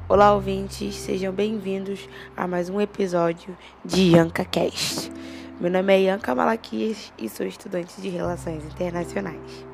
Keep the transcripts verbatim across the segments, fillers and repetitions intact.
Olá, ouvintes, sejam bem-vindos a mais um episódio de YancaCast. Meu nome é Yanka Malaquias e sou estudante de Relações Internacionais.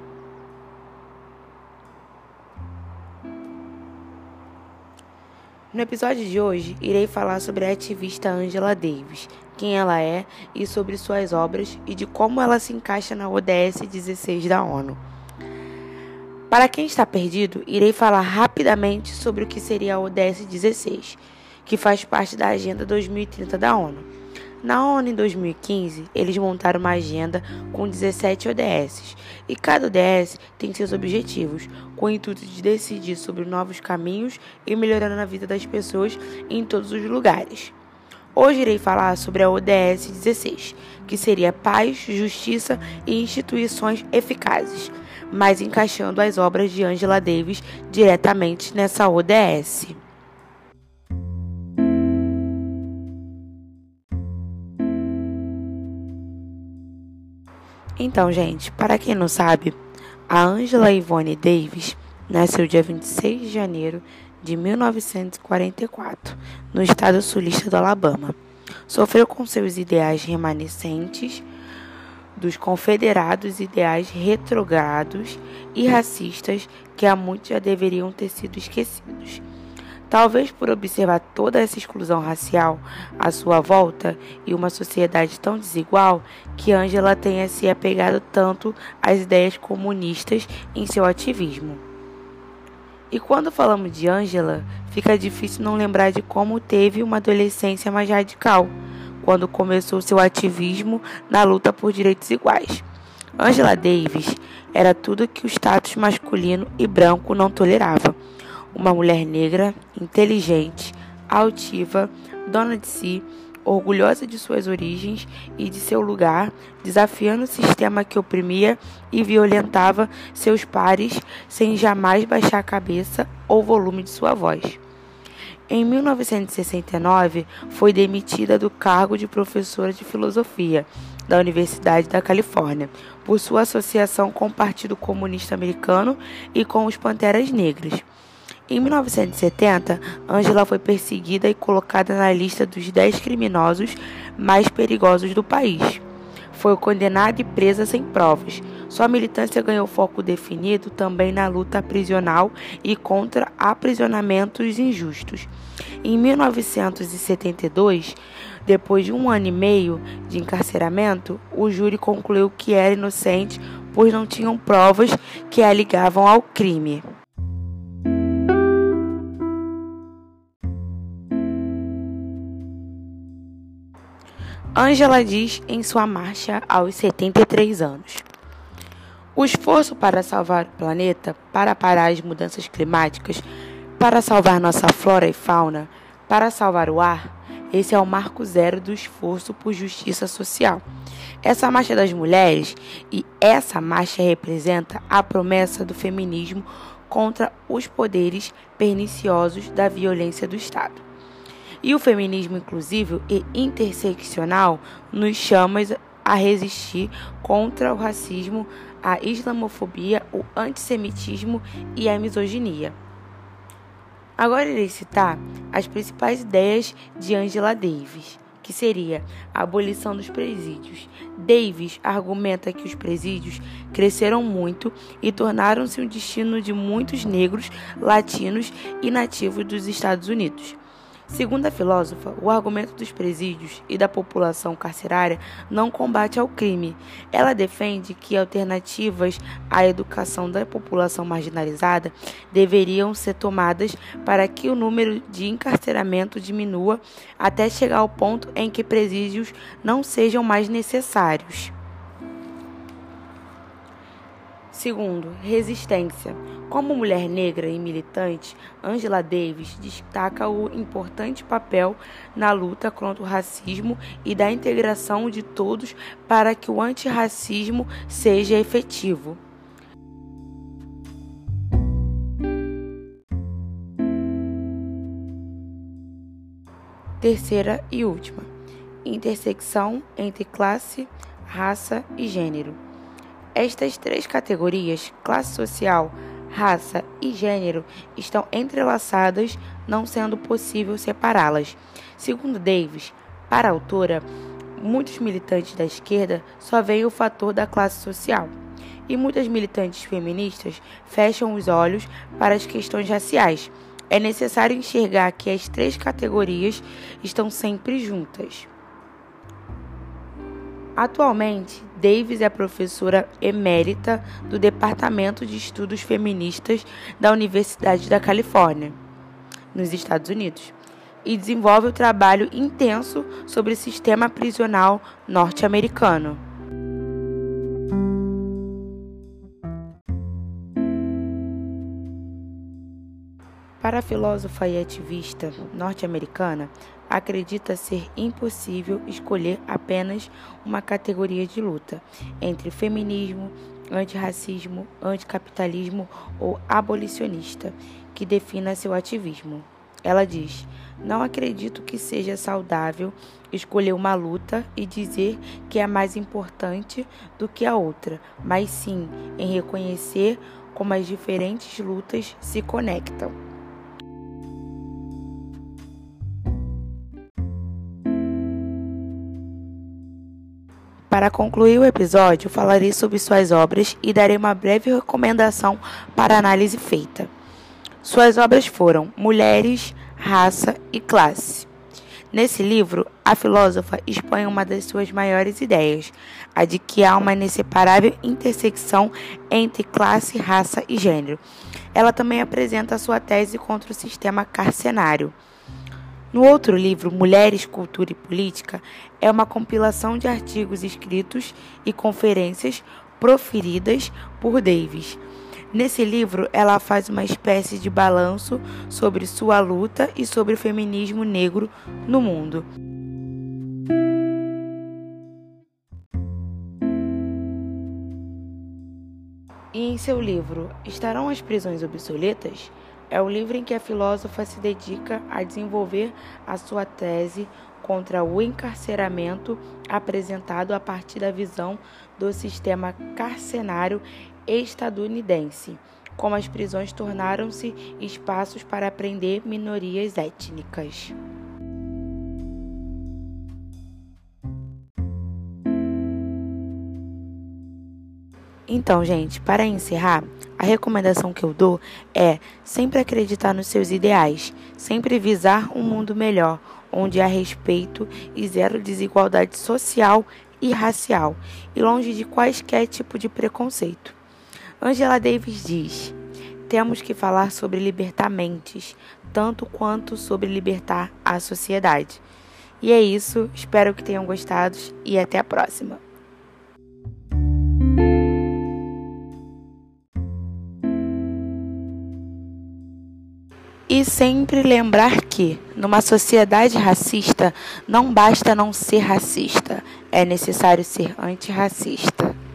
No episódio de hoje, irei falar sobre a ativista Angela Davis, quem ela é e sobre suas obras e de como ela se encaixa na O D S dezesseis da ONU. Para quem está perdido, irei falar rapidamente sobre o que seria a O D S dezesseis, que faz parte da Agenda dois mil e trinta da ONU. Na ONU, em dois mil e quinze, eles montaram uma agenda com dezessete O D Ss, e cada O D S tem seus objetivos, com o intuito de decidir sobre novos caminhos e melhorando a vida das pessoas em todos os lugares. Hoje irei falar sobre a O D S dezesseis, que seria paz, justiça e instituições eficazes, mas encaixando as obras de Angela Davis diretamente nessa O D S. Então, gente, para quem não sabe, a Angela Yvonne Davis nasceu dia vinte e seis de janeiro de mil novecentos e quarenta e quatro, no estado sulista do Alabama. Sofreu com seus ideais remanescentes dos confederados, ideais retrogrados e racistas que há muito já deveriam ter sido esquecidos. Talvez por observar toda essa exclusão racial à sua volta e uma sociedade tão desigual, que Angela tenha se apegado tanto às ideias comunistas em seu ativismo. E quando falamos de Angela, fica difícil não lembrar de como teve uma adolescência mais radical, quando começou seu ativismo na luta por direitos iguais. Angela Davis era tudo que o status masculino e branco não tolerava. Uma mulher negra, inteligente, altiva, dona de si, orgulhosa de suas origens e de seu lugar, desafiando o sistema que oprimia e violentava seus pares sem jamais baixar a cabeça ou o volume de sua voz. Em mil novecentos e sessenta e nove, foi demitida do cargo de professora de filosofia da Universidade da Califórnia, por sua associação com o Partido Comunista Americano e com os Panteras Negras. Em mil novecentos e setenta, Angela foi perseguida e colocada na lista dos dez criminosos mais perigosos do país. Foi condenada e presa sem provas. Sua militância ganhou foco definido também na luta prisional e contra aprisionamentos injustos. Em mil novecentos e setenta e dois, depois de um ano e meio de encarceramento, o júri concluiu que era inocente, pois não tinham provas que a ligavam ao crime. Angela diz em sua marcha aos setenta e três anos: o esforço para salvar o planeta, para parar as mudanças climáticas, para salvar nossa flora e fauna, para salvar o ar, esse é o marco zero do esforço por justiça social. Essa marcha das mulheres e essa marcha representa a promessa do feminismo contra os poderes perniciosos da violência do Estado. E o feminismo inclusivo e interseccional nos chama a resistir contra o racismo, a islamofobia, o antissemitismo e a misoginia. Agora irei citar as principais ideias de Angela Davis, que seria a abolição dos presídios. Davis argumenta que os presídios cresceram muito e tornaram-se um destino de muitos negros, latinos e nativos dos Estados Unidos. Segundo a filósofa, o argumento dos presídios e da população carcerária não combate ao crime. Ela defende que alternativas à educação da população marginalizada deveriam ser tomadas para que o número de encarceramento diminua até chegar ao ponto em que presídios não sejam mais necessários. Segundo, resistência. Como mulher negra e militante, Angela Davis destaca o importante papel na luta contra o racismo e da integração de todos para que o antirracismo seja efetivo. Terceira e última, intersecção entre classe, raça e gênero. Estas três categorias, classe social, raça e gênero estão entrelaçadas, não sendo possível separá-las. Segundo Davis, para a autora, muitos militantes da esquerda só veem o fator da classe social, e muitas militantes feministas fecham os olhos para as questões raciais. É necessário enxergar que as três categorias estão sempre juntas. Atualmente, Davis é professora emérita do Departamento de Estudos Feministas da Universidade da Califórnia, nos Estados Unidos, e desenvolve um trabalho intenso sobre o sistema prisional norte-americano. Para a filósofa e ativista norte-americana, acredita ser impossível escolher apenas uma categoria de luta entre feminismo, antirracismo, anticapitalismo ou abolicionista que defina seu ativismo. Ela diz: não acredito que seja saudável escolher uma luta e dizer que é mais importante do que a outra, mas sim em reconhecer como as diferentes lutas se conectam. Para concluir o episódio, falarei sobre suas obras e darei uma breve recomendação para a análise feita. Suas obras foram Mulheres, Raça e Classe. Nesse livro, a filósofa expõe uma das suas maiores ideias, a de que há uma inseparável intersecção entre classe, raça e gênero. Ela também apresenta sua tese contra o sistema carcerário. No outro livro, Mulheres, Cultura e Política, é uma compilação de artigos escritos e conferências proferidas por Davis. Nesse livro, ela faz uma espécie de balanço sobre sua luta e sobre o feminismo negro no mundo. E em seu livro, Estarão as prisões obsoletas? É o livro em que a filósofa se dedica a desenvolver a sua tese contra o encarceramento apresentado a partir da visão do sistema carcerário estadunidense, como as prisões tornaram-se espaços para prender minorias étnicas. Então, gente, para encerrar, a recomendação que eu dou é sempre acreditar nos seus ideais, sempre visar um mundo melhor, onde há respeito e zero desigualdade social e racial, e longe de quaisquer tipo de preconceito. Angela Davis diz: temos que falar sobre libertar mentes, tanto quanto sobre libertar a sociedade. E é isso, espero que tenham gostado e até a próxima. E sempre lembrar que, numa sociedade racista, não basta não ser racista, é necessário ser antirracista.